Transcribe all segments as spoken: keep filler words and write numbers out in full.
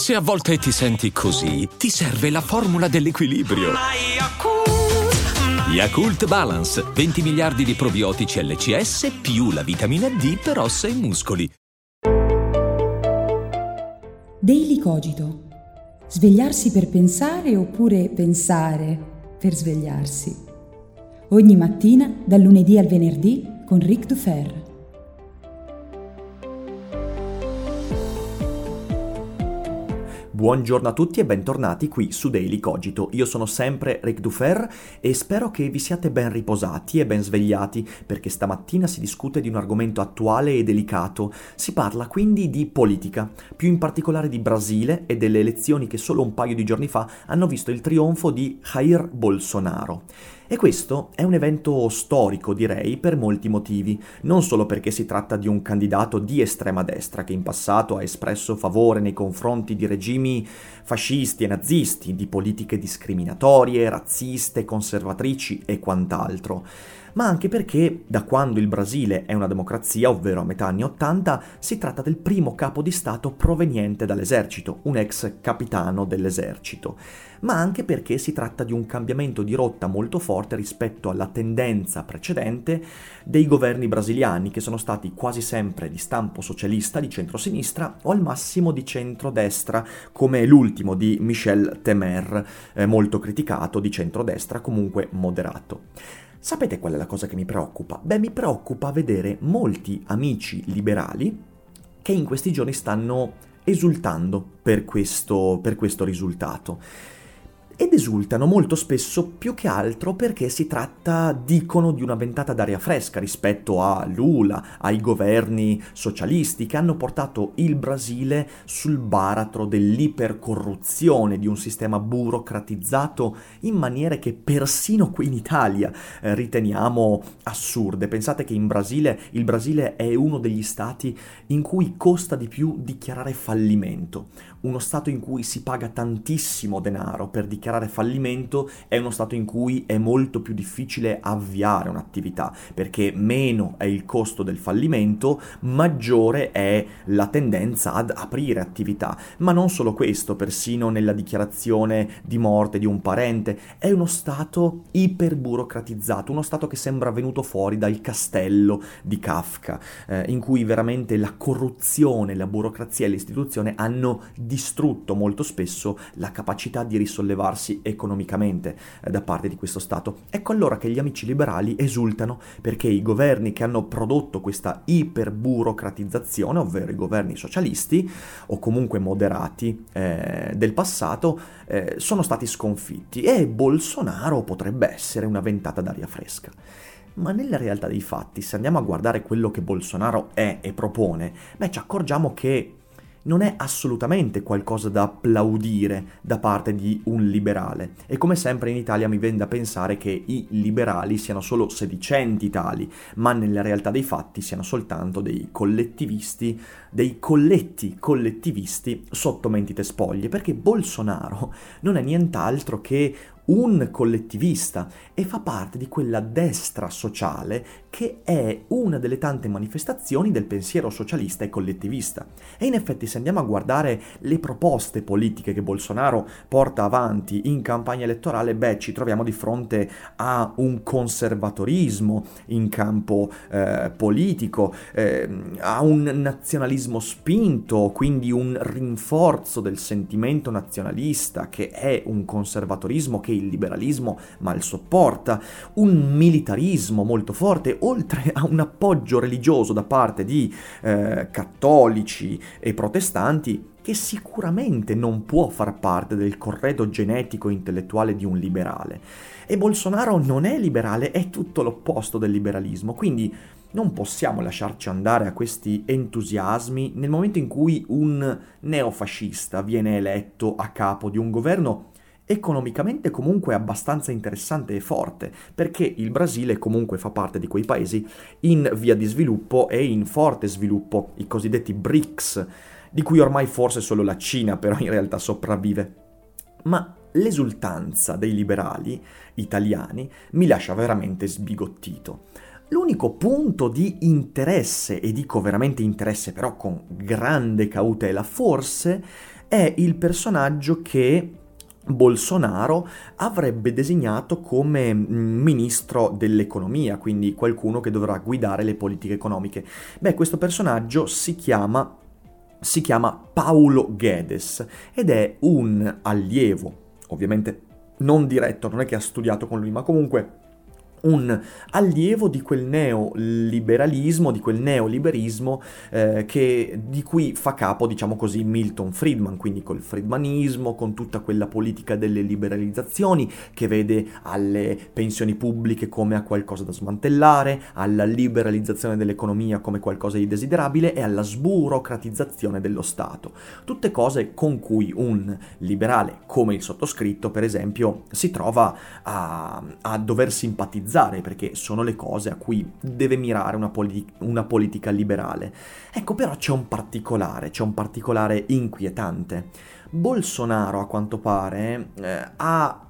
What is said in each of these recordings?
Se a volte ti senti così, ti serve la formula dell'equilibrio. Yakult Balance, venti miliardi di probiotici L C S più la vitamina D per ossa e muscoli. Daily Cogito. Svegliarsi per pensare oppure pensare per svegliarsi. Ogni mattina, dal lunedì al venerdì, con Ric Dufer. Buongiorno a tutti e bentornati qui su Daily Cogito. Io sono sempre Ric Dufer e spero che vi siate ben riposati e ben svegliati, perché stamattina si discute di un argomento attuale e delicato. Si parla quindi di politica, più in particolare di Brasile e delle elezioni che solo un paio di giorni fa hanno visto il trionfo di Jair Bolsonaro. E questo è un evento storico, direi, per molti motivi, non solo perché si tratta di un candidato di estrema destra che in passato ha espresso favore nei confronti di regimi fascisti e nazisti, di politiche discriminatorie, razziste, conservatrici e quant'altro, ma anche perché da quando il Brasile è una democrazia, ovvero a metà anni ottanta, si tratta del primo capo di Stato proveniente dall'esercito, un ex capitano dell'esercito, ma anche perché si tratta di un cambiamento di rotta molto forte rispetto alla tendenza precedente dei governi brasiliani, che sono stati quasi sempre di stampo socialista, di centrosinistra o al massimo di centrodestra, come l'ultimo di Michel Temer, eh, molto criticato, di centrodestra, comunque moderato. Sapete qual è la cosa che mi preoccupa? Beh, mi preoccupa vedere molti amici liberali che in questi giorni stanno esultando per questo, per questo risultato. Ed esultano molto spesso più che altro perché si tratta, dicono, di una ventata d'aria fresca rispetto a Lula, ai governi socialisti che hanno portato il Brasile sul baratro dell'ipercorruzione, di un sistema burocratizzato in maniere che persino qui in Italia eh, riteniamo assurde. Pensate che in Brasile, il Brasile è uno degli stati in cui costa di più dichiarare fallimento. Uno stato in cui si paga tantissimo denaro per dichiarare fallimento è uno stato in cui è molto più difficile avviare un'attività, perché meno è il costo del fallimento, maggiore è la tendenza ad aprire attività. Ma non solo questo, persino nella dichiarazione di morte di un parente, è uno stato iperburocratizzato, uno stato che sembra venuto fuori dal castello di Kafka, eh, in cui veramente la corruzione, la burocrazia e l'istituzione hanno distrutto molto spesso la capacità di risollevarsi economicamente eh, da parte di questo Stato. Ecco allora che gli amici liberali esultano perché i governi che hanno prodotto questa iperburocratizzazione, ovvero i governi socialisti o comunque moderati eh, del passato, eh, sono stati sconfitti e Bolsonaro potrebbe essere una ventata d'aria fresca. Ma nella realtà dei fatti, se andiamo a guardare quello che Bolsonaro è e propone, beh, ci accorgiamo che non è assolutamente qualcosa da applaudire da parte di un liberale. E come sempre in Italia mi viene da pensare che i liberali siano solo sedicenti tali, ma nella realtà dei fatti siano soltanto dei collettivisti, dei colletti collettivisti sotto mentite spoglie, perché Bolsonaro non è nient'altro che un collettivista e fa parte di quella destra sociale che è una delle tante manifestazioni del pensiero socialista e collettivista. E in effetti, se andiamo a guardare le proposte politiche che Bolsonaro porta avanti in campagna elettorale, beh, ci troviamo di fronte a un conservatorismo in campo eh, politico, eh, a un nazionalismo spinto, quindi un rinforzo del sentimento nazionalista che è un conservatorismo che il liberalismo mal sopporta, un militarismo molto forte, oltre a un appoggio religioso da parte di eh, cattolici e protestanti che sicuramente non può far parte del corredo genetico e intellettuale di un liberale. E Bolsonaro non è liberale, è tutto l'opposto del liberalismo, quindi non possiamo lasciarci andare a questi entusiasmi nel momento in cui un neofascista viene eletto a capo di un governo economicamente comunque abbastanza interessante e forte, perché il Brasile comunque fa parte di quei paesi in via di sviluppo e in forte sviluppo, i cosiddetti BRICS, di cui ormai forse solo la Cina però in realtà sopravvive. Ma l'esultanza dei liberali italiani mi lascia veramente sbigottito. L'unico punto di interesse, e dico veramente interesse però con grande cautela, forse È il personaggio che Bolsonaro avrebbe designato come ministro dell'economia, quindi qualcuno che dovrà guidare le politiche economiche. Beh, questo personaggio si chiama, si chiama Paulo Guedes ed è un allievo, ovviamente non diretto, non è che ha studiato con lui, ma comunque un allievo di quel neoliberalismo, di quel neoliberismo eh, che, di cui fa capo, diciamo così, Milton Friedman, quindi col friedmanismo, con tutta quella politica delle liberalizzazioni che vede alle pensioni pubbliche come a qualcosa da smantellare, alla liberalizzazione dell'economia come qualcosa di desiderabile e alla sburocratizzazione dello Stato. Tutte cose con cui un liberale come il sottoscritto, per esempio, si trova a, a dover simpatizzare, perché sono le cose a cui deve mirare una, politi- una politica liberale. Ecco, però c'è un particolare, c'è un particolare inquietante. Bolsonaro, a quanto pare, eh, ha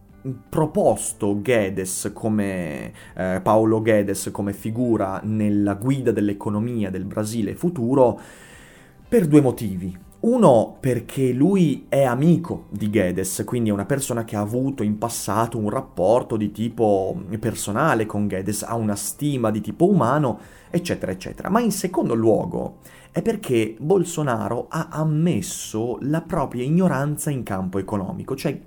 proposto Guedes come eh, Paulo Guedes come figura nella guida dell'economia del Brasile futuro per due motivi. Uno, perché lui è amico di Guedes, quindi è una persona che ha avuto in passato un rapporto di tipo personale con Guedes, ha una stima di tipo umano, eccetera, eccetera. Ma in secondo luogo è perché Bolsonaro ha ammesso la propria ignoranza in campo economico, cioè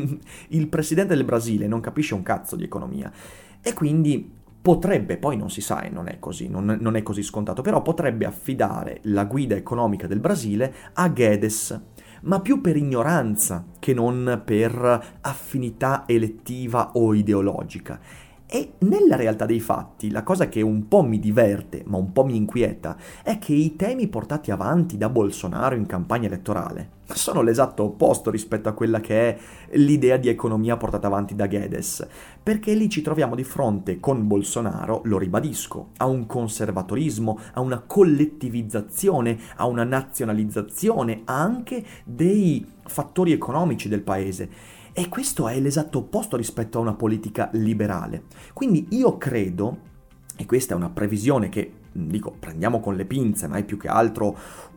il presidente del Brasile non capisce un cazzo di economia e quindi potrebbe, poi non si sa e non è così, non, non è così scontato, però potrebbe affidare la guida economica del Brasile a Guedes, ma più per ignoranza che non per affinità elettiva o ideologica. E nella realtà dei fatti, la cosa che un po' mi diverte, ma un po' mi inquieta, è che i temi portati avanti da Bolsonaro in campagna elettorale sono l'esatto opposto rispetto a quella che è l'idea di economia portata avanti da Guedes, perché lì ci troviamo di fronte con Bolsonaro, lo ribadisco, a un conservatorismo, a una collettivizzazione, a una nazionalizzazione anche dei fattori economici del paese. E questo è l'esatto opposto rispetto a una politica liberale. Quindi io credo, e questa è una previsione che, dico, prendiamo con le pinze, ma è più che altro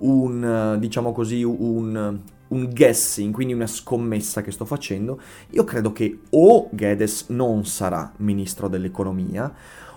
un, diciamo così, un, un guessing, quindi una scommessa che sto facendo, io credo che o Guedes non sarà ministro dell'economia,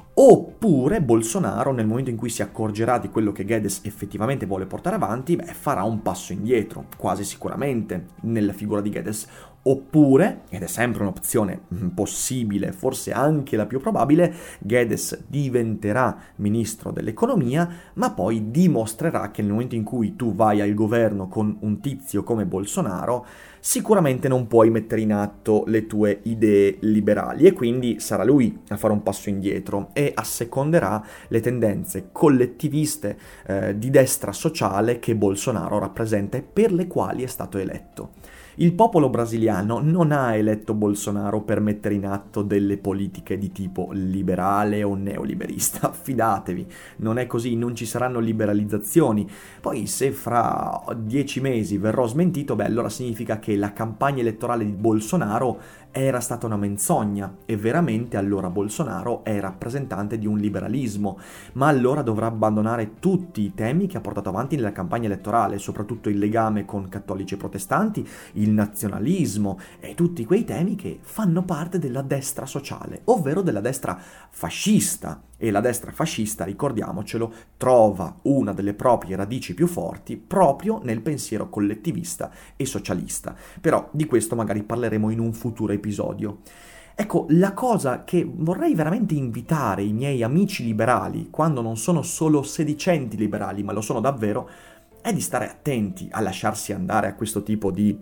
oppure Bolsonaro, nel momento in cui si accorgerà di quello che Guedes effettivamente vuole portare avanti, beh, farà un passo indietro, quasi sicuramente, nella figura di Guedes. Oppure, ed è sempre un'opzione possibile, forse anche la più probabile, Guedes diventerà ministro dell'economia, ma poi dimostrerà che nel momento in cui tu vai al governo con un tizio come Bolsonaro, sicuramente non puoi mettere in atto le tue idee liberali e quindi sarà lui a fare un passo indietro e asseconderà le tendenze collettiviste eh, di destra sociale che Bolsonaro rappresenta e per le quali è stato eletto. Il popolo brasiliano non ha eletto Bolsonaro per mettere in atto delle politiche di tipo liberale o neoliberista, fidatevi, non è così, non ci saranno liberalizzazioni. Poi se fra dieci mesi verrò smentito, beh, allora significa che la campagna elettorale di Bolsonaro era stata una menzogna e veramente allora Bolsonaro è rappresentante di un liberalismo, ma allora dovrà abbandonare tutti i temi che ha portato avanti nella campagna elettorale, soprattutto il legame con cattolici e protestanti, il nazionalismo e tutti quei temi che fanno parte della destra sociale, ovvero della destra fascista. E la destra fascista, ricordiamocelo, trova una delle proprie radici più forti proprio nel pensiero collettivista e socialista. Però di questo magari parleremo in un futuro episodio. Ecco, la cosa che vorrei veramente invitare i miei amici liberali, quando non sono solo sedicenti liberali, ma lo sono davvero, è di stare attenti a lasciarsi andare a questo tipo di...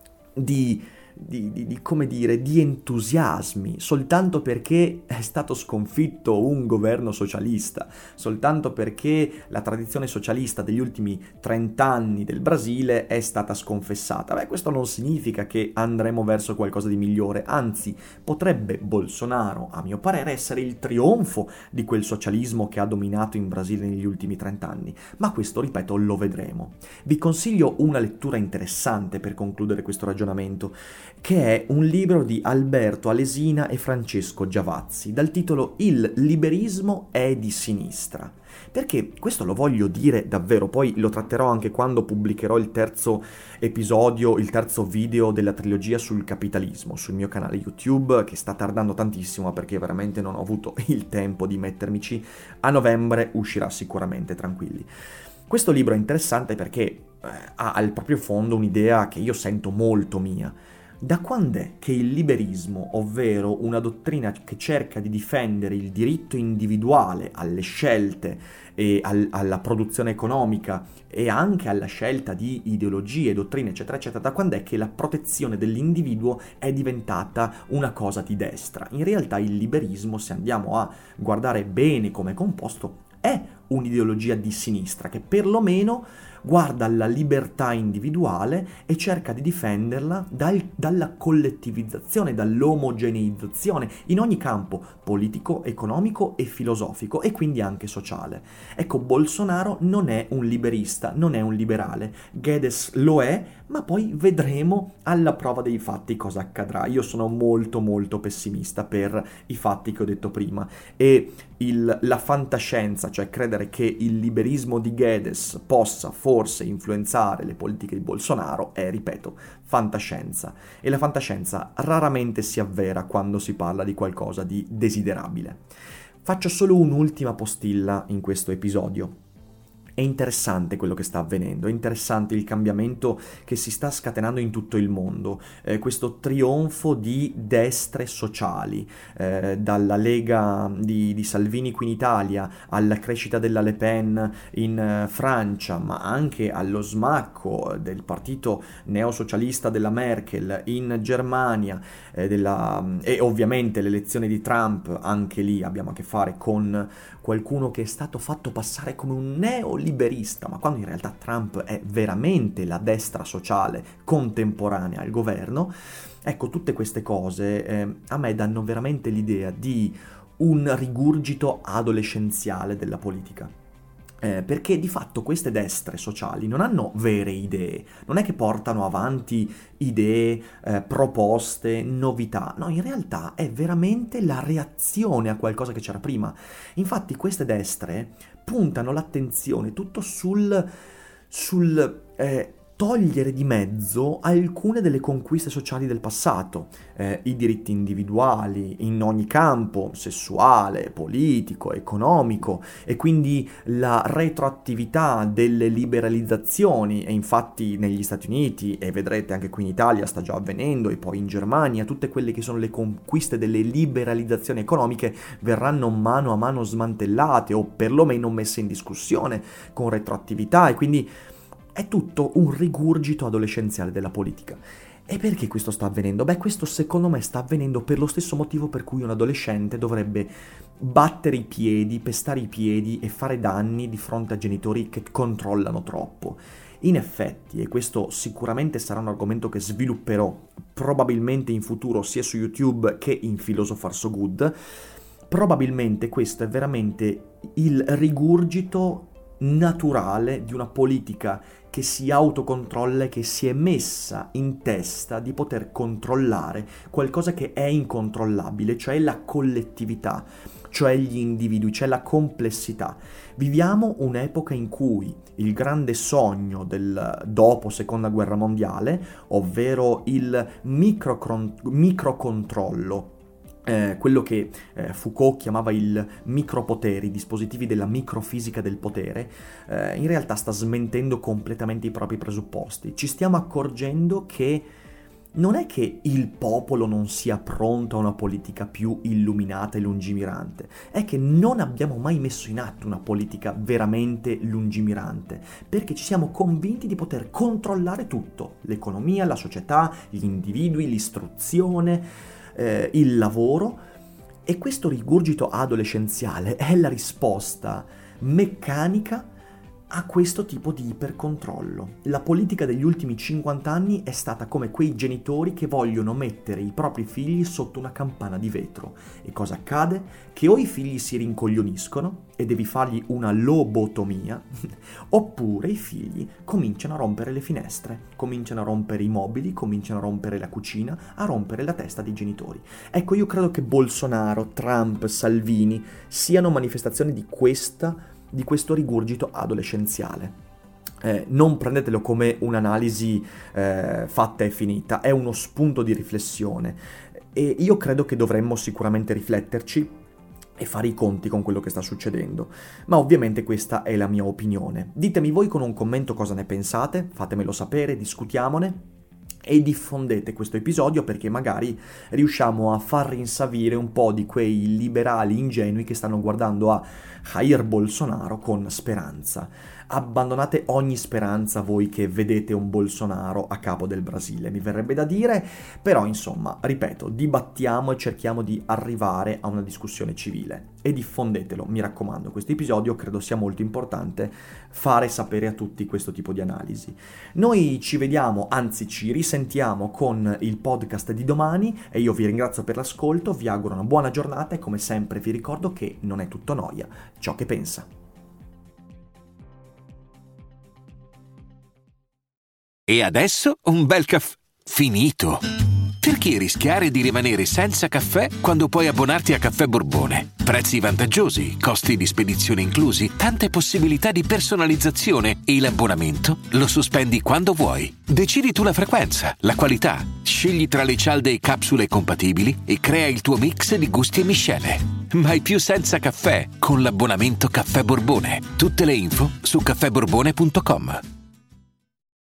di Di, di, di, come dire, di entusiasmi, soltanto perché è stato sconfitto un governo socialista, soltanto perché la tradizione socialista degli ultimi trent'anni del Brasile è stata sconfessata. Beh, questo non significa che andremo verso qualcosa di migliore, anzi, potrebbe Bolsonaro, a mio parere, essere il trionfo di quel socialismo che ha dominato in Brasile negli ultimi trent'anni, ma questo, ripeto, lo vedremo. Vi consiglio una lettura interessante per concludere questo ragionamento. che è un libro di Alberto Alesina e Francesco Giavazzi, dal titolo Il liberismo è di sinistra. Perché questo lo voglio dire davvero, poi lo tratterò anche quando pubblicherò il terzo episodio, il terzo video della trilogia sul capitalismo sul mio canale YouTube, che sta tardando tantissimo perché veramente non ho avuto il tempo di mettermici. A novembre uscirà sicuramente, tranquilli. Questo libro è interessante perché eh, ha al proprio fondo un'idea che io sento molto mia. Da quando è che il liberismo, ovvero una dottrina che cerca di difendere il diritto individuale alle scelte e al, alla produzione economica e anche alla scelta di ideologie, dottrine, eccetera, eccetera, da quando è che la protezione dell'individuo è diventata una cosa di destra? In realtà il liberismo, se andiamo a guardare bene come è composto, è un'ideologia di sinistra che perlomeno guarda alla libertà individuale e cerca di difenderla dal, dalla collettivizzazione, dall'omogeneizzazione in ogni campo politico, economico e filosofico e quindi anche sociale. Ecco, Bolsonaro non è un liberista, non è un liberale, Guedes lo è, ma poi vedremo alla prova dei fatti cosa accadrà. Io sono molto molto pessimista per i fatti che ho detto prima e il, la fantascienza, cioè credere che il liberismo di Guedes possa forse influenzare le politiche di Bolsonaro è, ripeto, fantascienza. E la fantascienza raramente si avvera quando si parla di qualcosa di desiderabile. Faccio solo un'ultima postilla in questo episodio. È interessante quello che sta avvenendo, è interessante il cambiamento che si sta scatenando in tutto il mondo, eh, questo trionfo di destre sociali, eh, dalla Lega di, di Salvini qui in Italia, alla crescita della Le Pen in eh, Francia, ma anche allo smacco del partito neosocialista della Merkel in Germania, eh, della, e ovviamente l'elezione di Trump, anche lì abbiamo a che fare con qualcuno che è stato fatto passare come un neoliberista, ma quando in realtà Trump è veramente la destra sociale contemporanea al governo. Ecco, tutte queste cose eh, a me danno veramente l'idea di un rigurgito adolescenziale della politica. Eh, perché di fatto queste destre sociali non hanno vere idee, non è che portano avanti idee, eh, proposte, novità, no, in realtà è veramente la reazione a qualcosa che c'era prima. Infatti queste destre puntano l'attenzione tutto sul, sul eh, togliere di mezzo alcune delle conquiste sociali del passato, eh, i diritti individuali in ogni campo, sessuale, politico, economico, e quindi la retroattività delle liberalizzazioni, e infatti negli Stati Uniti, e vedrete anche qui in Italia sta già avvenendo, e poi in Germania, tutte quelle che sono le conquiste delle liberalizzazioni economiche verranno mano a mano smantellate o perlomeno messe in discussione con retroattività, e quindi è tutto un rigurgito adolescenziale della politica. E perché questo sta avvenendo? Beh, questo secondo me sta avvenendo per lo stesso motivo per cui un adolescente dovrebbe battere i piedi, pestare i piedi e fare danni di fronte a genitori che controllano troppo. In effetti, e questo sicuramente sarà un argomento che svilupperò probabilmente in futuro sia su YouTube che in Philosopher So Good, probabilmente questo è veramente il rigurgito naturale di una politica che si autocontrolla e che si è messa in testa di poter controllare qualcosa che è incontrollabile, cioè la collettività, cioè gli individui, cioè la complessità. Viviamo un'epoca in cui il grande sogno del dopo seconda guerra mondiale, ovvero il micro- microcontrollo, Eh, quello che eh, Foucault chiamava il micropotere, i dispositivi della microfisica del potere, eh, in realtà sta smentendo completamente i propri presupposti. Ci stiamo accorgendo che non è che il popolo non sia pronto a una politica più illuminata e lungimirante, è che non abbiamo mai messo in atto una politica veramente lungimirante, perché ci siamo convinti di poter controllare tutto, l'economia, la società, gli individui, l'istruzione, Eh, il lavoro, e questo rigurgito adolescenziale è la risposta meccanica a questo tipo di ipercontrollo. La politica degli ultimi cinquanta anni è stata come quei genitori che vogliono mettere i propri figli sotto una campana di vetro. E cosa accade? Che o i figli si rincoglioniscono e devi fargli una lobotomia, oppure i figli cominciano a rompere le finestre, cominciano a rompere i mobili, cominciano a rompere la cucina, a rompere la testa dei genitori. Ecco, io credo che Bolsonaro, Trump, Salvini siano manifestazioni di questa di questo rigurgito adolescenziale. Eh, non prendetelo come un'analisi eh, fatta e finita, è uno spunto di riflessione e io credo che dovremmo sicuramente rifletterci e fare i conti con quello che sta succedendo, ma ovviamente questa è la mia opinione. Ditemi voi con un commento cosa ne pensate, fatemelo sapere, discutiamone e diffondete questo episodio perché magari riusciamo a far rinsavire un po' di quei liberali ingenui che stanno guardando a Jair Bolsonaro con speranza. Abbandonate ogni speranza voi che vedete un Bolsonaro a capo del Brasile, mi verrebbe da dire, però insomma, ripeto, dibattiamo e cerchiamo di arrivare a una discussione civile e diffondetelo, mi raccomando, questo episodio credo sia molto importante fare sapere a tutti questo tipo di analisi. Noi ci vediamo, anzi ci risentiamo con il podcast di domani e io vi ringrazio per l'ascolto, vi auguro una buona giornata e come sempre vi ricordo che non è tutto noia ciò che pensa. E adesso un bel caffè finito. Perché rischiare di rimanere senza caffè quando puoi abbonarti a Caffè Borbone? Prezzi vantaggiosi, costi di spedizione inclusi, tante possibilità di personalizzazione e l'abbonamento lo sospendi quando vuoi. Decidi tu la frequenza, la qualità, scegli tra le cialde e capsule compatibili e crea il tuo mix di gusti e miscele. Mai più senza caffè con l'abbonamento Caffè Borbone. Tutte le info su caffè borbone punto com.